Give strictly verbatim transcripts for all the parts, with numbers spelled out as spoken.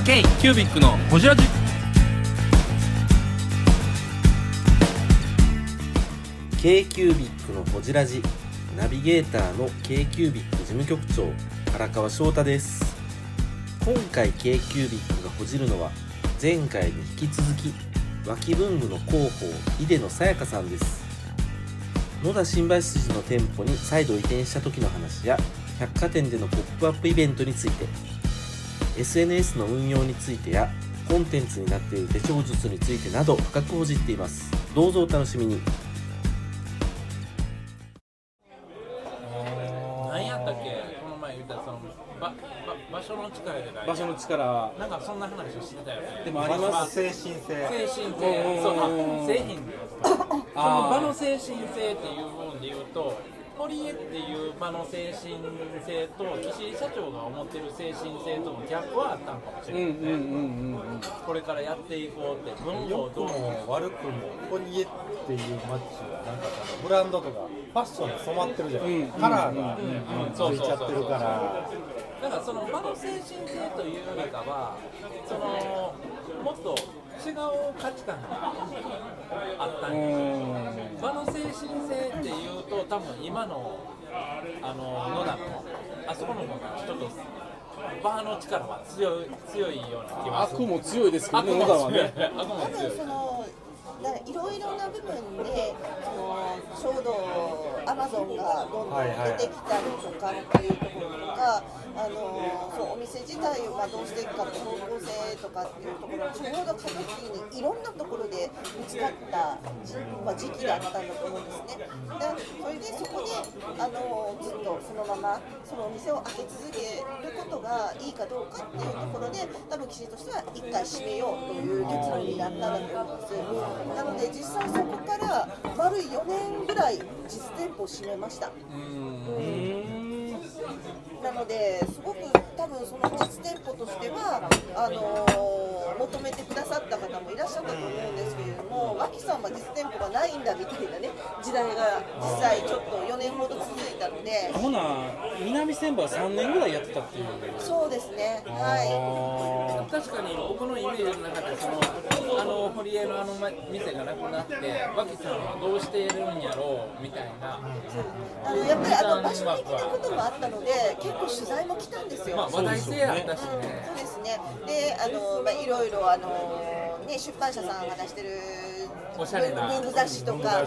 K キュービックのホジラジ。 K キュービックのホジラジ、ナビゲーターの K キュービック事務局長荒川翔太です。今回 K キュービックがほじるのは前回に引き続き脇文具の広報出野さやかさんです。野田新橋筋の店舗に再度移転した時の話や百貨店でのポップアップイベントについて、 エスエヌエス の運用についてやコンテンツになっている手帳術についてなど深くほじっています。どうぞお楽しみに。 何やったっけ、この前言ったそのばば場所の力でない場所の力、 なんかそんな話をしてたよね。 でもあります。 精神性精神性、そう、あ、製品その場の精神性っていう部分で言うと、堀江っていう場の精神性と岸井社長が思ってる精神性とのギャップはあったのかもしれないね、うんうんうんうん、これからやっていこうって文法どうも悪くも堀江っていうマッチはなんかそのブランドとかファッションに染まってるじゃないですか、うん、カラーがついちゃってるから、 だからその場の精神性というよりかは、そのもっと違う価値観があったんですよ。場の精神性っていうと、多分今のあの野田のあそこの方がちょっと場の力は強い強いような気がする。 悪も強いですけどね、野田はね。 悪も強い。そのいろいろな部分でそのちょうどアマゾンがどんどん出てきたりとかっていうところとか、あのそうお店自体をまあどうしていくかって方向性とかっていうところ、ちょうど過渡期にいろんなところで見つかった時、まあ、時期があったんだと思うんですね。でそれでそこであのずっとそのままそのお店を開け続けることがいいかどうかっていうところで、多分岸としては一回閉めようという結論になったんだと思うんです。なので実際そこから丸よねんぐらい実店舗を閉めました。うんなのですごく多分その実店舗としてはあのー、求めてくださった方もいらっしゃったと思うんですけれども、脇さんは実店舗がないんだみたいなね時代が実際ちょっとよねんほど続いたので、 ほな南千葉はさんねんぐらいやってたっていう。 そうですね、はい。 確かに僕のイメージの中でそのあの堀江のあの店がなくなって脇さんはどうしているんやろうみたいな、 あのやっぱりあの場所的なこともあったので結構取材も来たんですよ。 まあ、話題性あったしね。 そうですね。で、あのまあいろいろあのね出版社さんが出してるおしゃれな文具雑誌とか、うん、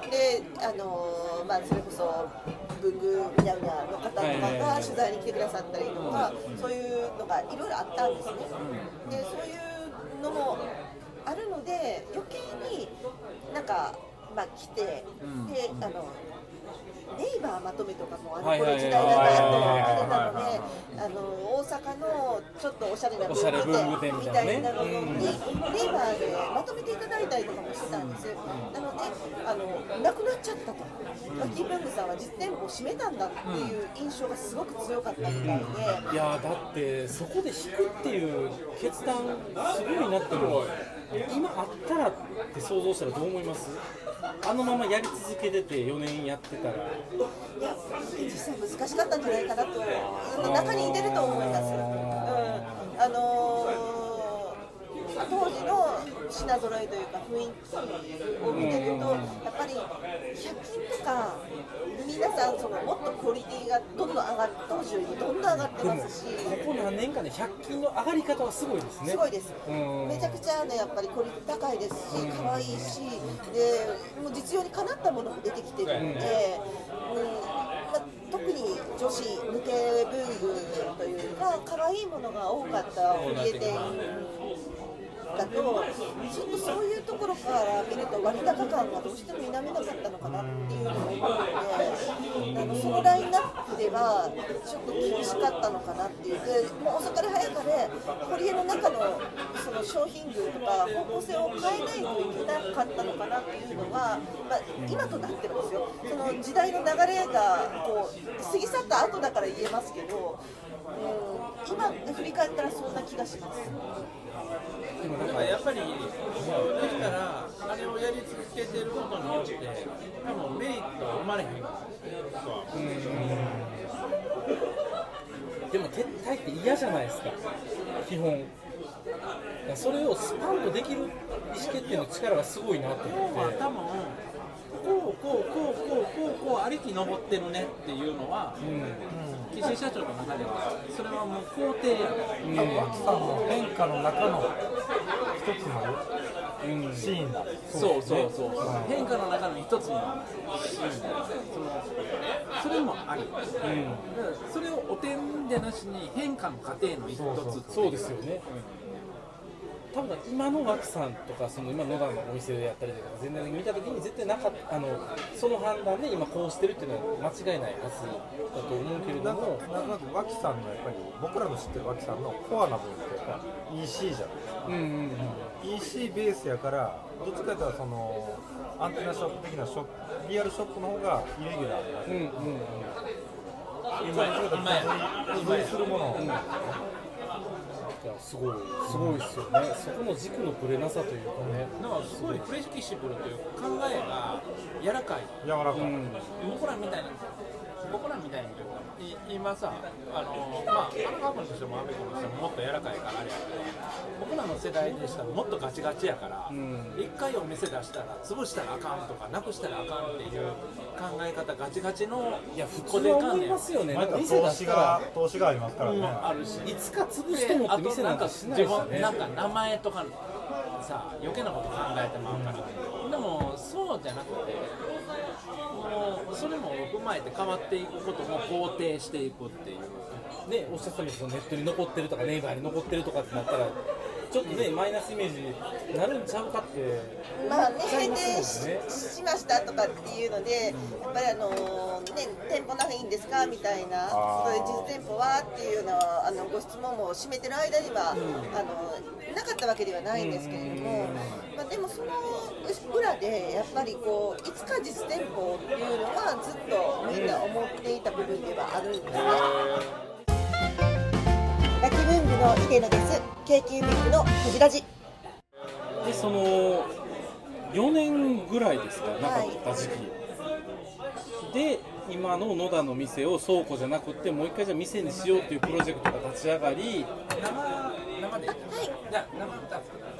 であのまあそれこそ文具うにゃうにゃの方とかが取材に来てくださったりとか、そういうのがいろいろあったんですね。で、そういうのもあるので余計になんかまあ来て、であの。ネイバーまとめとかもあの頃時代だったと来てたので、あの大阪のちょっとおしゃれな文具店みたいなのにネイバーでまとめていただいたりとかもしてたんです。なのであのなくなっちゃったと、脇文具さんは実店舗を閉めたんだっていう印象がすごく強かったみたいで、 いやだってそこで引くっていう決断すごいなっても今あったらって想像したらどう思います？あのままやり続けててよねんやってたら、いや実際難しかったんじゃないかなと、中にいてると思います。うん、あのー、当時の品揃えというか雰囲気を見てると、やっぱりひゃく均とか皆さんそのもっとクオリティがどんどん上がって、当時よりもどんどん上がってますし、 ここ何年かでひゃく均の上がり方はすごいですね。 すごいです。めちゃくちゃねやっぱりクオリティ高いですし、可愛いし、でもう実用にかなったものも出てきてるので、うんまあ、特に女子向け文具というか可愛いものが多かった堀江店だと、ちょっとそういうところから見ると割高感がどうしても否めなかったのかなっていうのを思うので、あのそのラインナップではちょっと厳しかったのかなっていう。でもう遅かれ早かれ堀江の中のその商品群とか方向性を変えないといけなかったのかなっていうのは、まあ、今となってはですよ、その時代の流れがこう過ぎ去った後だから言えますけど、うん、今振り返ったらそんな気がします。 だからやっぱりそうでしたらあれをやり続けてることによって多分メリットは生まれへんから、うんでも撤退って嫌じゃないですか、基本。それをスパンとできる意思決定の力がすごいなと思って。 まあ多分こうこうこうこうこうこうありき登ってるねっていうのは、うん、岸井社長の中ではそれはもう肯定やね、 うん、脇さんの変化の中の一つのシーンだ、うん、 そうそうそう、はい、変化の中の一つのシーンだ、そのそれもあり、うん、だからそれをお点でなしに変化の過程の一つっていう、 そうですよね、多分今の枠さんとかその今野田のお店でやったりとか全然見た時に絶対なかったあのその判断で今こうしてるっていうのは間違いないはずだと思うけれども、 なんか脇さんのやっぱり僕らの知ってる脇さんのコアな部分ってやっぱ イーシー じゃないですか、うんうんうん、イーシー ベースやからどっちかというとそのアンテナショップ的なショップリアルショップの方がイレギュラーになる、うんうんうん、今今今するものを、うん、 いやすごい、すごいですよね、そこの軸のぶれなさというかね、 だからすごいフレキシブルという考えが柔らかい、 柔らかい、うん、 僕らみたいに、僕らみたいにというか、今さ、あのまあ、アルカーブンとしてもアメコンとしてももっと柔らかいからあれやけど、僕らの世代でしたらもっとガチガチやから、うん、一回お店出したら、潰したらあかんとか、なくしたらあかんっていう考え方、ガチガチの固定観念、 また投資が、投資がありますからね、 うん、あるし、 いつか潰してもって店なんかしないしね、 なんか名前とかさ、余計なこと考えてまうから、うん、でもそうじゃなくて、もうそれも踏まえて変わっていくことも肯定していくっていう。 ね、おっしゃったようにネットに残ってるとかネイバーに残ってるとかってなったらちょっとね、マイナスイメージになるんちゃうかって、 まあね、閉店 し, しましたとかっていうので、やっぱりあの、ね、店舗ないんですかみたいな、そういう実店舗はっていうのはあのご質問も閉めてる間には、うん、あのなかったわけではないんですけれども、まあ、でもその裏でやっぱりこういつか実店舗っていうのはずっとみんな思っていた部分ではあるんですね。ラキ文具の出野です。ケーキュービックのフジラジで、そのよねんぐらいですか、なかった時期、はい、で今の野田の店を倉庫じゃなくてもう一回じゃあ店にしようというプロジェクトが立ち上がり、 生生で、はい、じゃあ生歌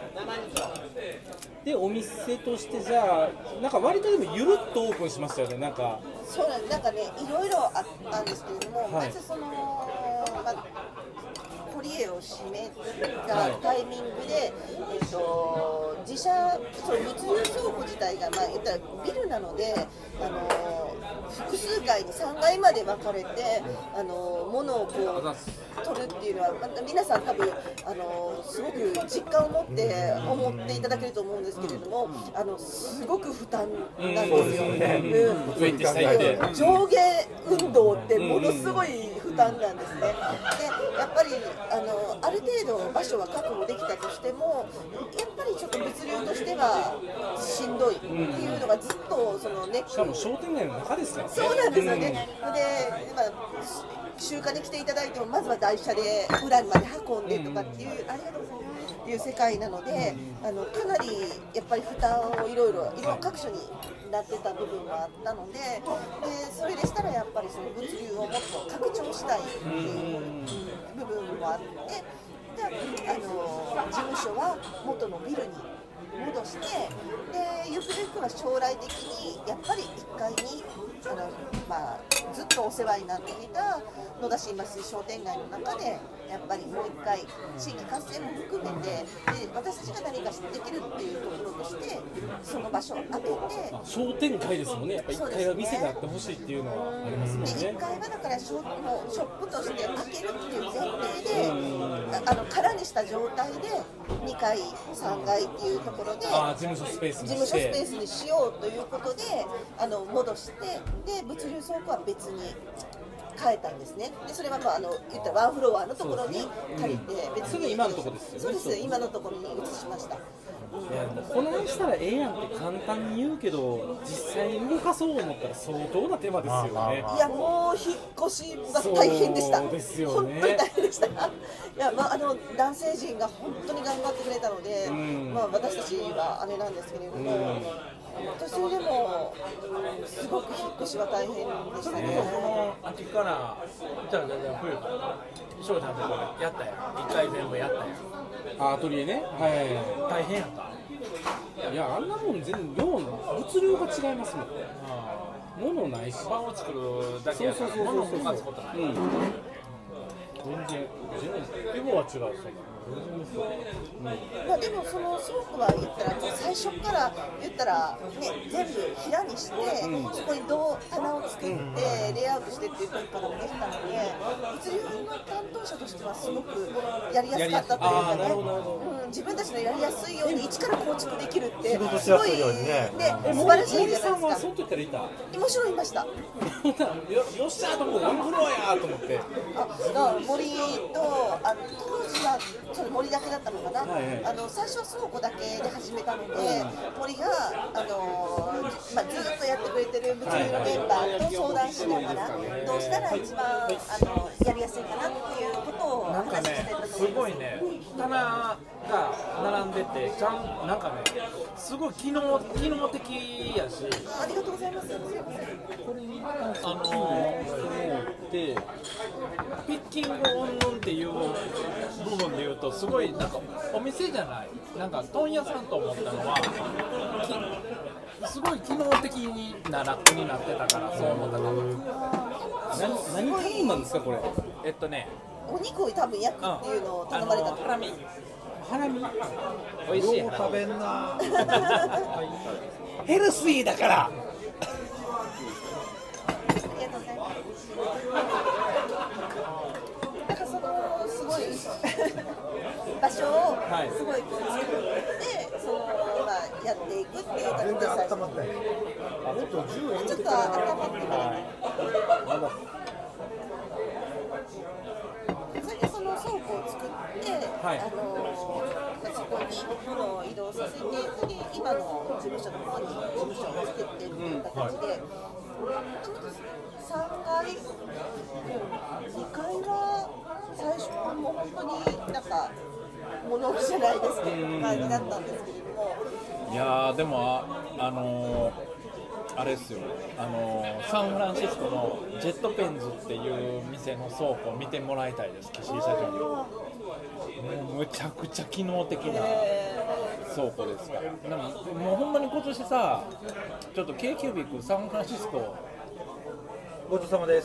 でお店としてじゃあなんか割とでもゆるっとオープンしましたよね。なんかそうなんなんかね、いろいろあったんですけれども、はい、まずその、まあ堀江を閉めたタイミングで、はい、えー、と自社そう物流倉庫自体が、まあ、言ったらビルなので、あの複数階にさんがいまで分かれて、あの物をこう取るっていうのは、また皆さん多分あのすごく実感を持って思っていただけると思うんですけれども、あのすごく負担なんですよね。うん、上下運動ってものすごい負担なんですね。でやっぱりあのある程度場所は確保できたとしても、やっぱりちょっと物流としてはしんどいっていうのがずっとそのね、 しかも商店街の中ですからね。 そうなんですよね。うん、で、まあ、集荷に来ていただいてもまずは台車で裏にまで運んでとかっていう、うん、ありがとうございますっていう世界なので、うん、あのかなりやっぱり負担をいろいろいろ各所になってた部分があったので、でそれでしたらやっぱりその物流をもっと拡張したいっていう部分もあって、であの事務所は元のビルに戻して、でゆくゆくは将来的にやっぱりいっかいにあの、まあ、ずっとお世話になっていた野田新橋商店街の中でやっぱりもういっかい地域活性も含めて、で私たちが何かできるっていうところとしてその場所を空けて、 商店街ですもんね。やっぱりいっかいは店であってほしいっていうのはありますもんね。 でいっかいはだからショもうショップとして開けるっていう前提で、あの空にした状態でにかいさんがいっていうところであ事務所スペースにして事務所スペースにしようということであの戻して、で物流倉庫は別に変えたんですね。でそれはまああの言ったらワンフロアのところに借りて別に、 それ今のところですよね。 そうです今のところに移しました。 いやこないしたらええやんって簡単に言うけど、実際に動かそう思ったら相当な手間ですよね。 いやもう引っ越しが大変でした。 そうですよね。 本当に大変でした。いやまああの男性陣が本当に頑張ってくれたので、うん、まあ私たちはあれなんですけれども、 私でもすごく引っ越しは大変でしたね。 この秋からじゃあじゃあじゃあ冬から翔ちゃんとこれやったやん、一回全部やったやん。 あアトリエね、はいはいは大変やった。 い、いやあんなもん全然量の物量が違いますもん。物ないし、 パンを作るだけやから物を動かすことない。 うん、全然全然規模は違う。そんなまあ、でもその倉庫は言ったらもう最初から言ったら、ね、全部平にして、うん、そこにどう棚を作って、うん、レイアウトしてっていうところからもできたので物流の担当者としてはすごくやりやすかったというかね、うん、自分たちのやりやすいように一から構築できるってすごい、ね、素晴らしいじゃないですか。森さんはその時からいた？もちろんいました。よ, よっしゃーと思って、ワンフロアやーと思って。 あ、だから森とあの当時はその森だけだったのかな、はいはい、あの最初は倉庫だけで始めたので、うん、森があの、まあ、ずっとやってくれてる物流のメンバーと相談しながら、どうしたら一番あのやりやすいかなっていうことを話してたと思います。 すごいね、棚が並んでて、ちゃんなんかね、すごい機能機能的やし、 ありがとうございます。すいません。 これにあのー、でピッキングうんぬんっていう部分で言うとすごいなんかお店じゃない、なんか問屋さんと思ったのはすごい機能的なラックになってたからそう思ったかも。 何何頼んだんですかこれ？ えっとね、 お肉を多分焼くっていうのを頼まれたと、 うん、ハラミハラミ美味しいハラミ食べんなヘルシーだからなんかそのすごい場所をすごいこう作って、そのまあやっていくっていう形で最初。もうちょっと温まってから。それでその倉庫を作って、はい、あのそこに物を移動させて、次今の事務所の方に事務所を作ってっていう形で。うん、はい、さんがい、にかいは最初はもう本当になんか物置じゃないですけど感じだったんですけれども、 いやーでもあのー、あれですよ、あのー、サンフランシスコのジェットペンズっていう店の倉庫を見てもらいたいです。岸井社長にもうむちゃくちゃ機能的な倉庫ですから。でももうほんまに今年さ、ちょっと K キュービックサンフランシスコごちそうさまです。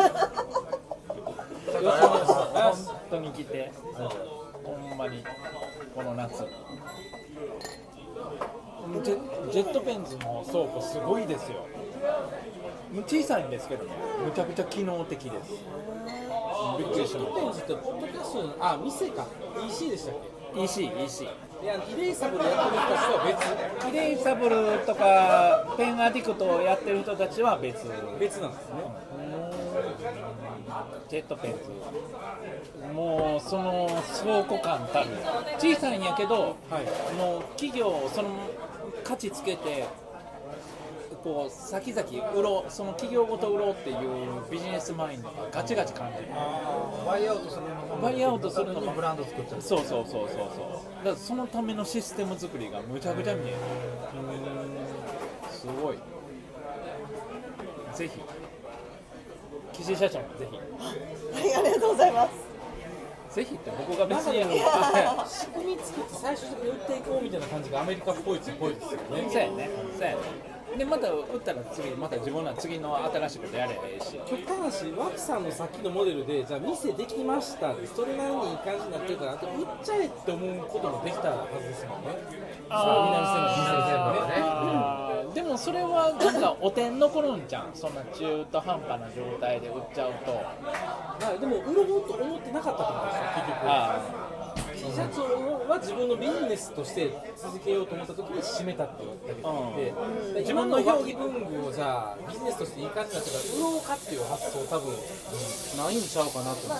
本当に来て、ほんまにこの夏ジェ、ジェットペンズの倉庫すごいですよ。小さいんですけどね、むちゃくちゃ機能的です。びっくりしました。ジェットペンズってポッドキャストの、あ、店か イーシー でしたっけ？ イーシー、イーシー。いや、イレイサブルやってる人は別。イレイサブルとかペンアディクトをやってる人たちは別。別なんですね。ジェットペンズ、もうその倉庫感たる小さいんやけど、はい、もう企業をその価値つけてこう先々売ろう、その企業ごと売ろうっていうビジネスマインドがガチガチ感じる。 バイアウトするのもバイアウトするのもブランド作っちゃう。 そうそうそうそうそう。だからそのためのシステム作りがむちゃくちゃ見える。すごい。ぜひ。岸井社長もぜひ。 ありがとうございます。 ぜひって僕が別に仕組み作って最初に売っていこうみたいな感じがアメリカっぽいっぽいですよね。 そうやね。そうやね。でまた売ったら次また自分ら次の新しいことやればいいし。 極端な話、脇さんのさっきのモデルでじゃあ店できましたってそれなりにいい感じになってるからあと売っちゃえって思うこともできたはずですもんね。さあ南線の店でね。 でもそれはなんかお手に残るんじゃん。そんな中途半端な状態で売っちゃうと。 でも売ろうと思ってなかったと思うんですよ結局。あT シャツは自分のビジネスとして続けようと思った時に締めたって言ったけど、うん、で自分の表記文具をじゃあビジネスとしていい感じになってから売ろうかっていう発想多分、うん、ないんちゃうかなと思って。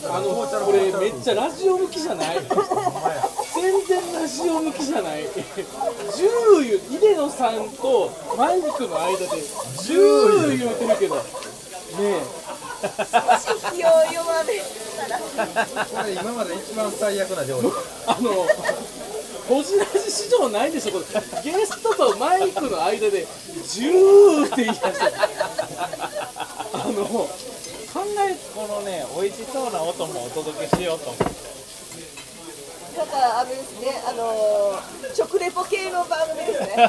あのこれめっちゃラジオ向きじゃない全然ラジオ向きじゃないじゅう言う井出野さんとマイクの間でじゅう言うてるけどねえ少し気を読まれたらこれ今まで一番最悪な料理。 あのホジラジ史上ないでしょこれ。ゲストとマイクの間でジューって言い出して、あの考えこのね美味しそうな音もお届けしようと思って。 なんかあれですね、あのー、食レポ系の番組ですね。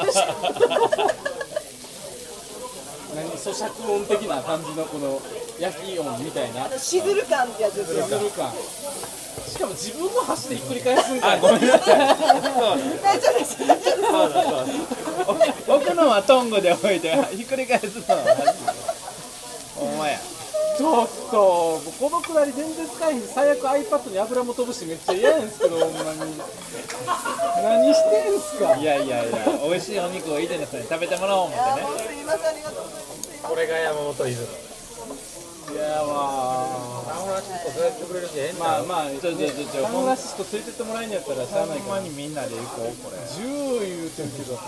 何咀嚼音的な感じのこの焼き音みたいな。 あのしずる感ってやつですよ。 しずる感。しかも自分の箸でひっくり返すんかい。ごめんなさい。 大丈夫です。大丈夫です。 そうだそうだ。僕のはトングで置いてひっくり返すのはほんまや。 ちょっとこのくだり全然使えへん。最悪 iPad に油も飛ぶしめっちゃ嫌なんですけど、ほんまに何してんすか。 いやいやいや、美味しいお肉をイデネさんに食べてもらおう思ってね。 もうすいません、ありがとうございます。 これが山本伊豆のいやまサンフランシスコそうやってくれるんじゃええんあまあまあちょちょちょちょサンフランシスコ連れてってもらえんのやったらしゃあないから。 ほんまにみんなで行こうこれ。 じゅう言うてるけど。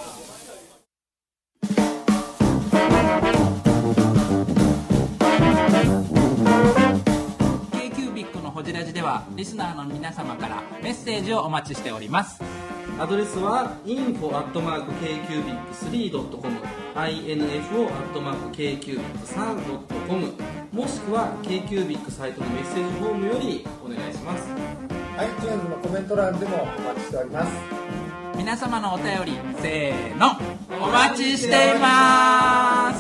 k q b i c のほじラジではリスナーの皆様からメッセージをお待ちしております。 アドレスは インフォ アットマーク ケーキュービックスリー ドットコム インフォ アットマーク ケーキュービックスリー ドットコム もしくは K-Cubic サイトのメッセージフォームよりお願いします。 iTunes のコメント欄でもお待ちしております。 皆様のお便りせーのお待ちしています。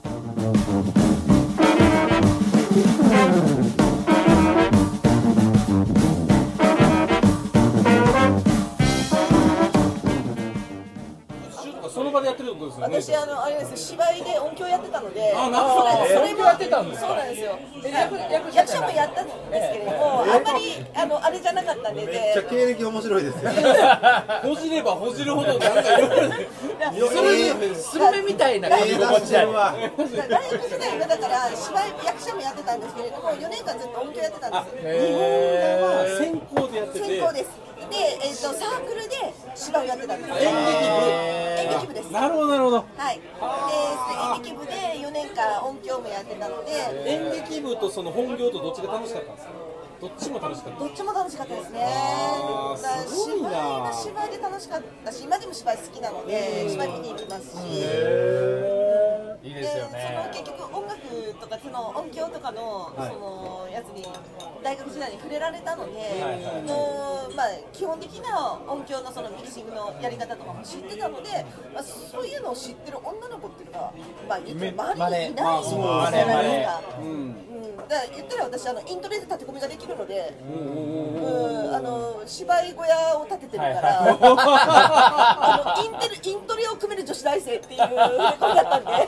その場でやってるってことですよね。 私あのあれです芝居で音響やってたので、 あ、なるほど。 それそれもやってたんですか。 そうなんですよ。 え役役役者もやったんですけれども、あんまりあのあれじゃなかったんで、 めっちゃ経歴面白いですよ。 ほじればほじるほどなんかいろいろそれスルメみたいな感じの持ちだよ。 大学時代はだから芝居役者もやってたんですけれども、よねんかんずっと音響やってたんですよ。 日本語は専攻でやってて。 専攻です。で、えー、とサークルで芝居をやってたんですよ。 演劇部。 演劇部です。 なるほどなるほど。 はい。で、演劇部でよねんかん音響もやってたので、 演劇部とその本業とどっちが楽しかったんですか。どっちも楽しかった。 どっちも楽しかったですね。 あーだからすごいな芝居は芝居で楽しかったし、今でも芝居好きなので、芝居見に行きますし。 いいですよね。 でその結局音楽とかその音響とかの、 はい、 そのやつに大学時代に触れられたので、 はいはい、 もうまあ基本的な音響のそのミキシングのやり方とかも知ってたので、まあ、そういうのを知ってる女の子っていうのがまあ言って周りにいないじゃないですか。うん、だから言ったら私あのイントレで立て込みができるので、うん、あの芝居小屋を建ててるから、はい、あのインテルイントレを組める女子大生っていう振り込みだったんで。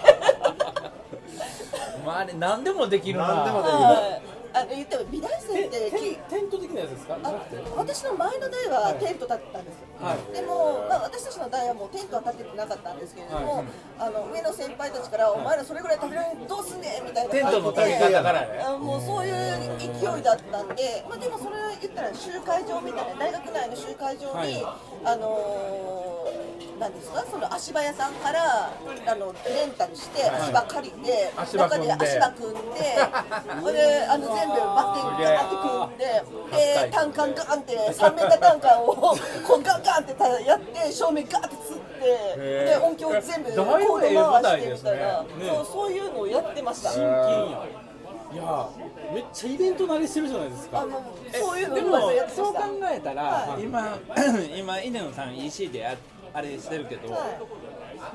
まああれ何でもできるな。 何でもできる。 あの言っても美大生ってテント的なやつですか。 あ私の前の代はテント立ってたんですよ、はい、でも、まあ、私たちの代はもうテントは立ててなかったんですけれども、はい、あの上の先輩たちから、はい、お前らそれぐらい食べられるどうすんねんみたいなテントの食べ方からね、 あもうそういう勢いだったんで、まあ、でもそれを言ったら集会場みたいな大学内の集会場に、はい、あのー、なんですかその足場屋さんからあのレンタルして足場借りて、はい、中で足場組んでであの全部バッテンガーって組んででタンカンガンってさんメータータンカンをこうガンガンってやって照明ガーってつってで音響全部コード回してみたいな、ね、そうそういうのをやってました。 真剣や。いやめっちゃイベント慣れしてるじゃないですか。 あのそういうのでもやってました。 そう考えたら、はい、今今稲野さん イーシー でやあれしてるけど、はい、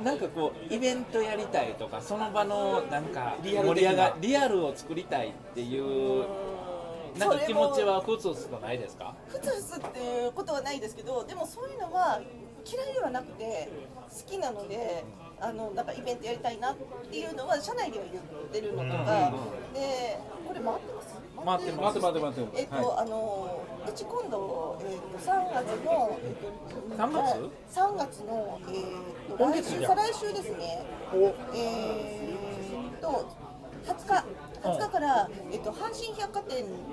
なんかこうイベントやりたいとかその場のなんか盛り上がリアルを作りたいっていうなんか気持ちはふつふつとないですか？ ふつふつっていうことはないですけど、でもそういうのは嫌いではなくて好きなので、あのなんかイベントやりたいなっていうのは社内では言ってるのとか、うん、でこれ回ってます？ 回ってます回ってます。 えっと、はい、あのうち今度、えっと、さんがつの、えっと、 さんがつさんがつの、えー、と来週再来週ですね。えー、とはつかはつかから、えっと、阪神百貨店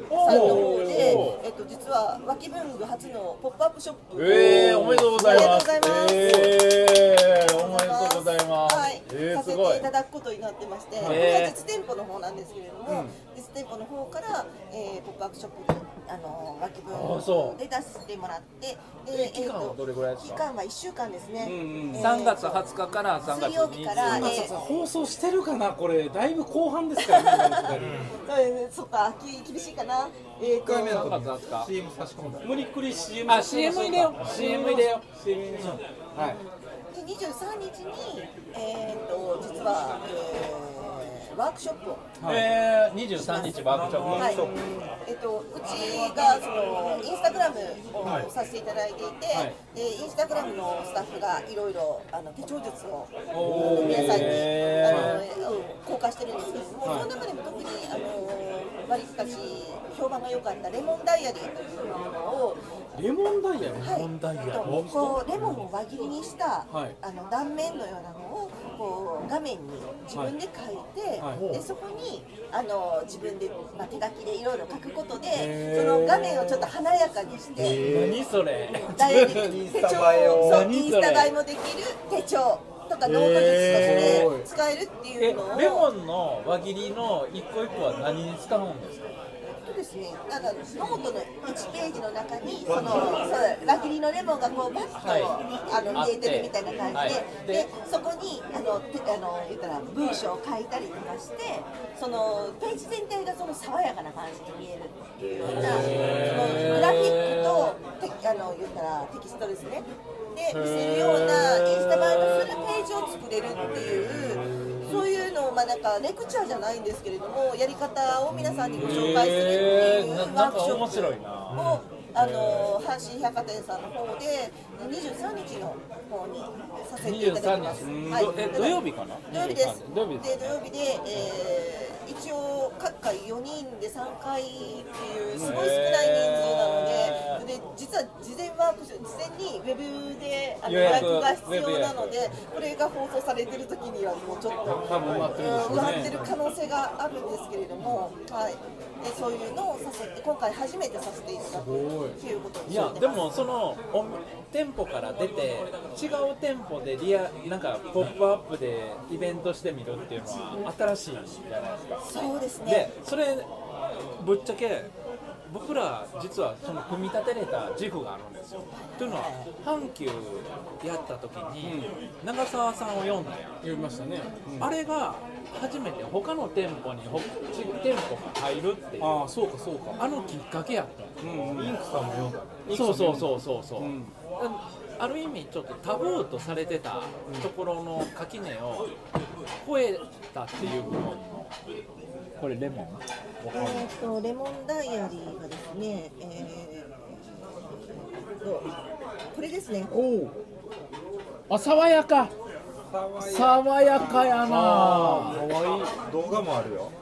さんの方で、えっと、実は脇文具初のポップアップショップを、 えー、おめでとうございます。 ありがとうございます。 えー、おめでとうございます。 はい、 えー、 させすごいていただくことになってまして、こーれは実店舗の方なんですけれども、実店舗の方から、えー、ポップアップショップにあの脇文具で出してもらって、で、 期間はどれぐらいですか？ 期間はいっしゅうかんですね。えーさんがつはつかからさんがつ水曜日から、えにじゅうー放送してるかなこれだいぶ後半ですからね今のくだりそっか、き厳しいかな。えーといっかいめのさんがつはつかシーエム 差し込んだ無理くり シーエムあ シーエム 入れよう シーエム 入れようシーエム 入れましょうはいでにじゅうさんにちに、えー、と実は、えーワークショップを、 えー、にじゅうさんにちワークショップ、 はいえー、とうちがそのインスタグラムをさせていただいていて、 はいでインスタグラムのスタッフがいろいろあの手帳術をおー皆さんにへーあの、うん公開してるんですけれども、その中でも特にあの割かし評判が良かったレモンダイアリーというものをレモンダイヤルはい、 問題やこうレモンを輪切りにした、 はいあの断面のようなのをこう画面に自分で書いて、 はいでそこにあの自分で、まあ、手書きでいろいろ書くことでへーその画面をちょっと華やかにして、 何それダイアリー手帳をそうインスタ映えもできる手帳とかノート術として使えるっていえうのを、 レモンの輪切りの一個一個は何に使うんですか？ とですね、あのノートのいちページの中にそのそう輪切りのレモンがこうバッと、 はいあの見えてるみたいな感じで、 はいででそこにあのてあの言ったら文章を書いたりとかしてそのページ全体がその爽やかな感じに見えるっていうようなそのグラフィックとてあの言ったらテキストですねで見せるようなインスタ映えのするページを作れるっていうそういうのをまあなんかレクチャーじゃないんですけれどもやり方を皆さんにご紹介するっていうワークショップをあの阪神百貨店さんの方でにじゅうさんにちの方にさせていただきます。はいえ土曜日かな？ 土曜日です。 土曜日ですで土曜日で、えー、一応各回よにんでさんかいっていうすごい少ない人数なので、で実は事前ワークショップ事前にウェブであの予予約約が必要なので、これが放送されてる時にはもうちょっと多分埋まってるでしょうね埋まってる可能性があるんですけれども、はい。でそういうのをさせて今回初めてさせていただくということをいやでもそのお店舗から出て違う店舗でリアなんかポップアップでイベントしてみるっていうのは新しいじゃないですか。 そうですね。 でそれぶっちゃけ僕ら実はその組み立てれた自負があるんですよ。というのは阪急やった時に長澤さんを呼んだやん。 読みましたね、うんあれが初めて他の店舗にほ店舗が入るっていうああそうかそうかあのきっかけやったんですよ。 インクさんも読んだそうそうそうそうそう、 うんある意味ちょっとタブーとされてたところの垣根を超えたっていう部分のこれレモンえー、とレモンダイアリーがですね、えー、とこれですね。 おおあ爽やか爽やかやなかわいい動画もあるよ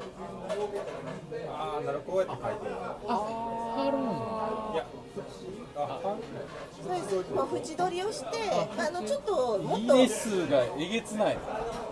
ああなるほどこうやって書いてるあ貼るんいやあそうですもう縁取りをしてあのちょっともっいいとね数がえげつない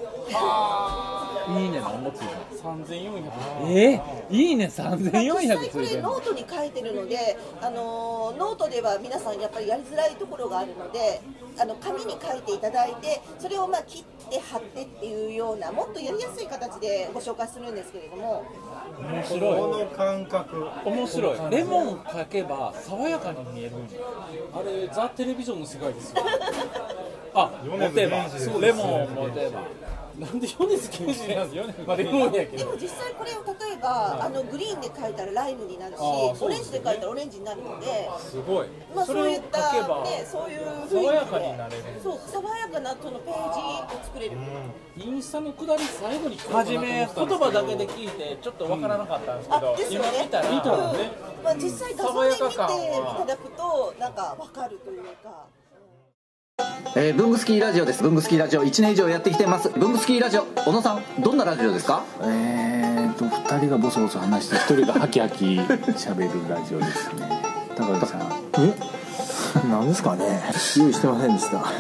いいね何もついてないさんぜんよんひゃくえー、いいねさんぜんよんひゃく実際これついてるノートに書いてるので、あのーノートでは皆さんやっぱりやりづらいところがあるのであの紙に書いていただいてそれをまあ切って貼ってっていうようなもっとやりやすい形でご紹介するんですけれども面こ白いの感覚面白いレモンかけば爽やかに見えるんやあれザ・テレビジョンの世界ですよあ米津持てば玄師ですレモンを持てばなんで米津玄師なんですよまあレモンやけどでも実際これを例えば、あのグリーンで書いたらライムになるしあーそうですねオレンジで書いたらオレンジになるので、 すごいまあ、 それをそういったかけばね、そういう雰囲気で爽やかになれるそう爽やかなそのページを作れる、 インスタのくだり最後に聞こうかな初め言葉だけで聞いてちょっとわからなかったんですけど、 あですよね今見たら見たらねうんまあ、実際画像で見ていただくとなんかわかるというか。 えー、ブングスキーラジオです。ブングスキーラジオいちねん以上やってきてます。ブングスキーラジオ、小野さんどんなラジオですか？ えーとふたりがボソボソ話してひとりがハキハキ喋るラジオですね。高木さんえなんですかね用意してませんでした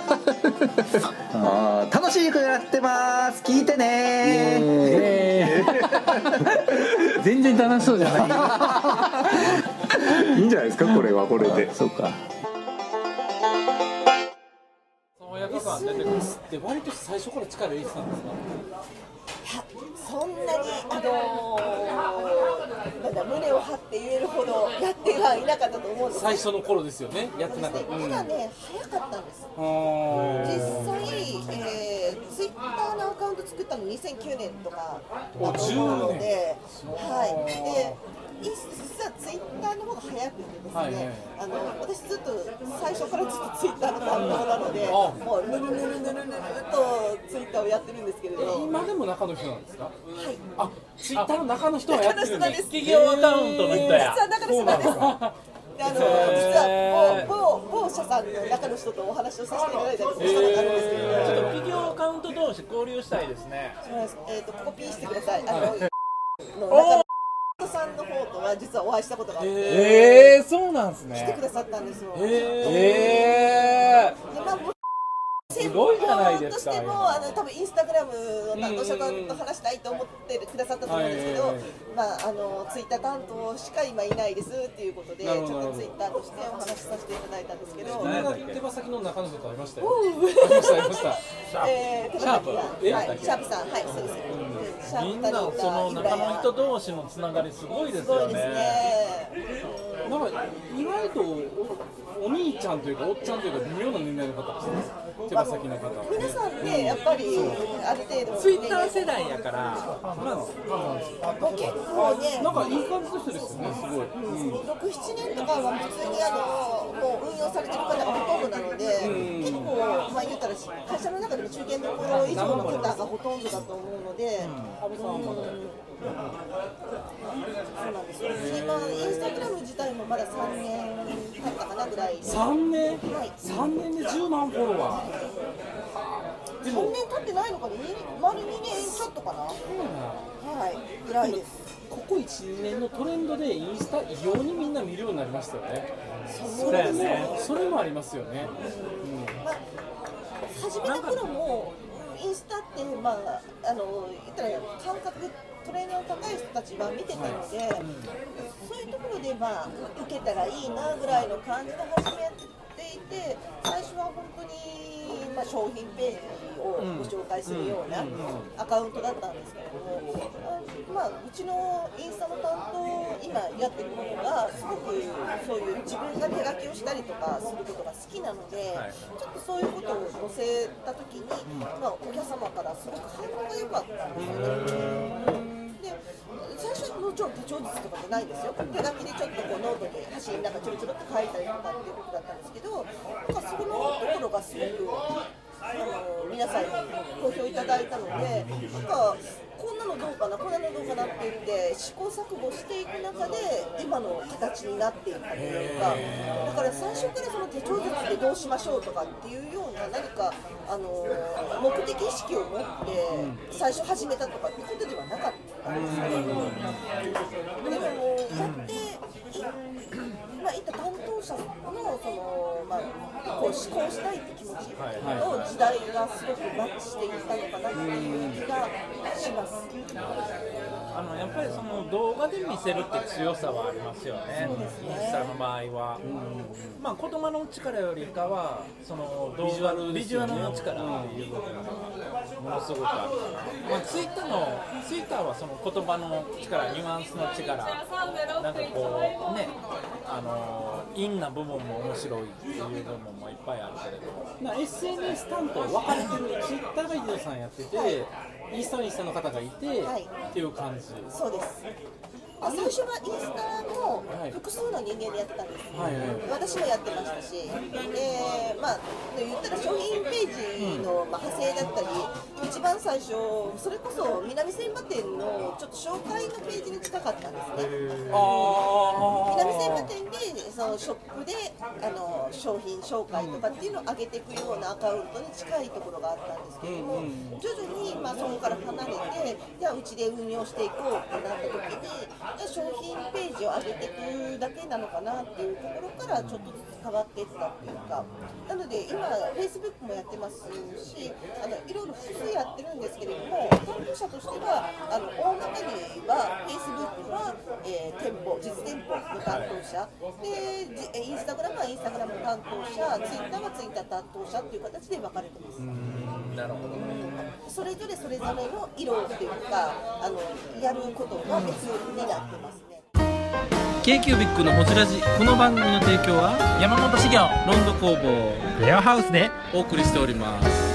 あー楽しくやってます。聞いてねえー、 全然楽しそうじゃないいいんじゃないですか、これはこれで。そうか。 エスエヌエス って割と最初から力入れてたんですか？ そんなにあのー、なんだ胸を張って言えるほどやってはいなかったと思うんです。 最初の頃ですよね、やってなかった。 ただね、早かったんです。実際、えー、ツイッターのアカウント作ったのにせんきゅうねんとかだと思うので、はい。で実はツイッターの方が早くてですね、はいはい、あの私ずっと最初からずっとツイッターの担当なので、もうぬるぬるぬるぬるとツイッターをやってるんですけれど、 今でも中の人なんですか？はい。あ、ツイッターの中の人はやってるんです。 企業アカウントの人や。 実は中の人なんです。であの実は某某社さんの中の人とお話をさせていただいたりしたことがあるんですけれど、 ちょっと企業アカウント同士交流したいですね。 そうです。えっとコピーしてください。あのの中のさんの方とは実はお会いしたことがあって、 えー、そうなんですね。 来てくださったんですよ。 えー、 でまあすごいじゃないですか。 としてもあの多分インスタグラムの担当者さんと話したいと思ってくださったと思うんですけど、まああのツイッター担当しか今いないですっていうことで、ちょっとツイッターとしてお話しさせていただいたんですけど、 手羽先の中の人と会いましたよ。 ありましたありました。 えー、手羽先がはいシャープさんはいそうです。 みんなその中の人同士のつながりすごいですよね。 なんか意外と お, お兄ちゃんというかおっちゃんというか微妙な年代の方ですね。手羽先の方。 皆さんねやっぱりある程度ツイッター世代やから、まず結構ねなんかいい感じの人ですよねすごい。 六七年とかは普通にあのもう運用されてる方がほとんどなので、結構まあ言ったら会社の中でも中堅どころ以上の方がほとんどだと思うので。そうなんですよ。で、まあ、インスタグラム自体もまださんねん経ったかなぐらい。 さんねん？ はい。 さんねんでじゅうまんフォロワー。 でもさんねん経ってないのかな、丸にねんちょっとかな。はい。ぐらいです。 ここいち、にねんのトレンドでインスタ異様にみんな見るようになりましたよね。 そうですね。 それもありますよね。 うん。まあ、始めた頃もインスタってまああの言ったら感覚トレーナーの高い人たちは見てたので、はい、そういうところで、まあ、受けたらいいなぐらいの感じで始めていて、最初は本当に、まあ、商品ページをご紹介するようなアカウントだったんですけれども、まあ、うちのインスタの担当今やってるものがすごくそういう自分が手書きをしたりとかすることが好きなので、はい、ちょっとそういうことを載せた時に、まあ、お客様からすごく反応が良かったんですよね。で最初はもちろん手帳術とかじゃないんですよ。手書きでちょっとこうノートに端になんかちょろちょろっと書いたりとかっていうことだったんですけど、なんかそこのところがすごくあの皆さんに好評いただいたので、なんかこんなのどうかなこんなのどうかなって言って試行錯誤していく中で今の形になっていったというか、だから最初からその手帳術でどうしましょうとかっていうような何かあの目的意識を持って最初始めたとかってことではなかったんですけど、でもやってまあ、いった担当者のその、まあ、こう思考したいって気持ちの時代がすごくマッチしていったのかなっていう気がします。 あのやっぱりその動画で見せるって強さはありますよね。インスタの場合は、うん、まあ言葉の力よりかはその動画ビジュアル、ビジュアルの力っていう部分がものすごくあるから、まあ、ツイッターのツイッターはその言葉の力、ニュアンスの力、なんかこうね、あの陰な部分も面白いっていう部分もいっぱいあるけれど、 な エスエヌエス 担当分かれてる、ツイッターが伊藤さんやってて、はい、インスタはインスタの方がいて、はい、っていう感じ。 そうです。最初はインスタの複数の人間でやってたんです、はいはいはい、私もやってましたし、えー、まあ言ったら商品ページの、まあ、派生だったり、一番最初それこそ南千葉店のちょっと紹介のページに近かったんですね。あ南千葉店でそのショップであの商品紹介とかっていうのを上げていくようなアカウントに近いところがあったんですけども、徐々にまあそこから離れて、じゃあうちで運用していこうってなった時に、商品ページを上げていくだけなのかなっていうところからちょっとずつ変わっていったっていうか、なので今 Facebook もやってますし、あのいろいろ複数やってるんですけれども、担当者としてはあの大まかには Facebook は実店舗の担当者で、インスタグラムはインスタグラムの担当者、ツイッターはツイッター担当者っていう形で分かれてます。 なるほど。 それぞれそれぞれの色っていうか、あのやることが別になってますね。 k q b i c のほじラジ、この番組の提供は山本修行ロンド工房レアハウスでお送りしております。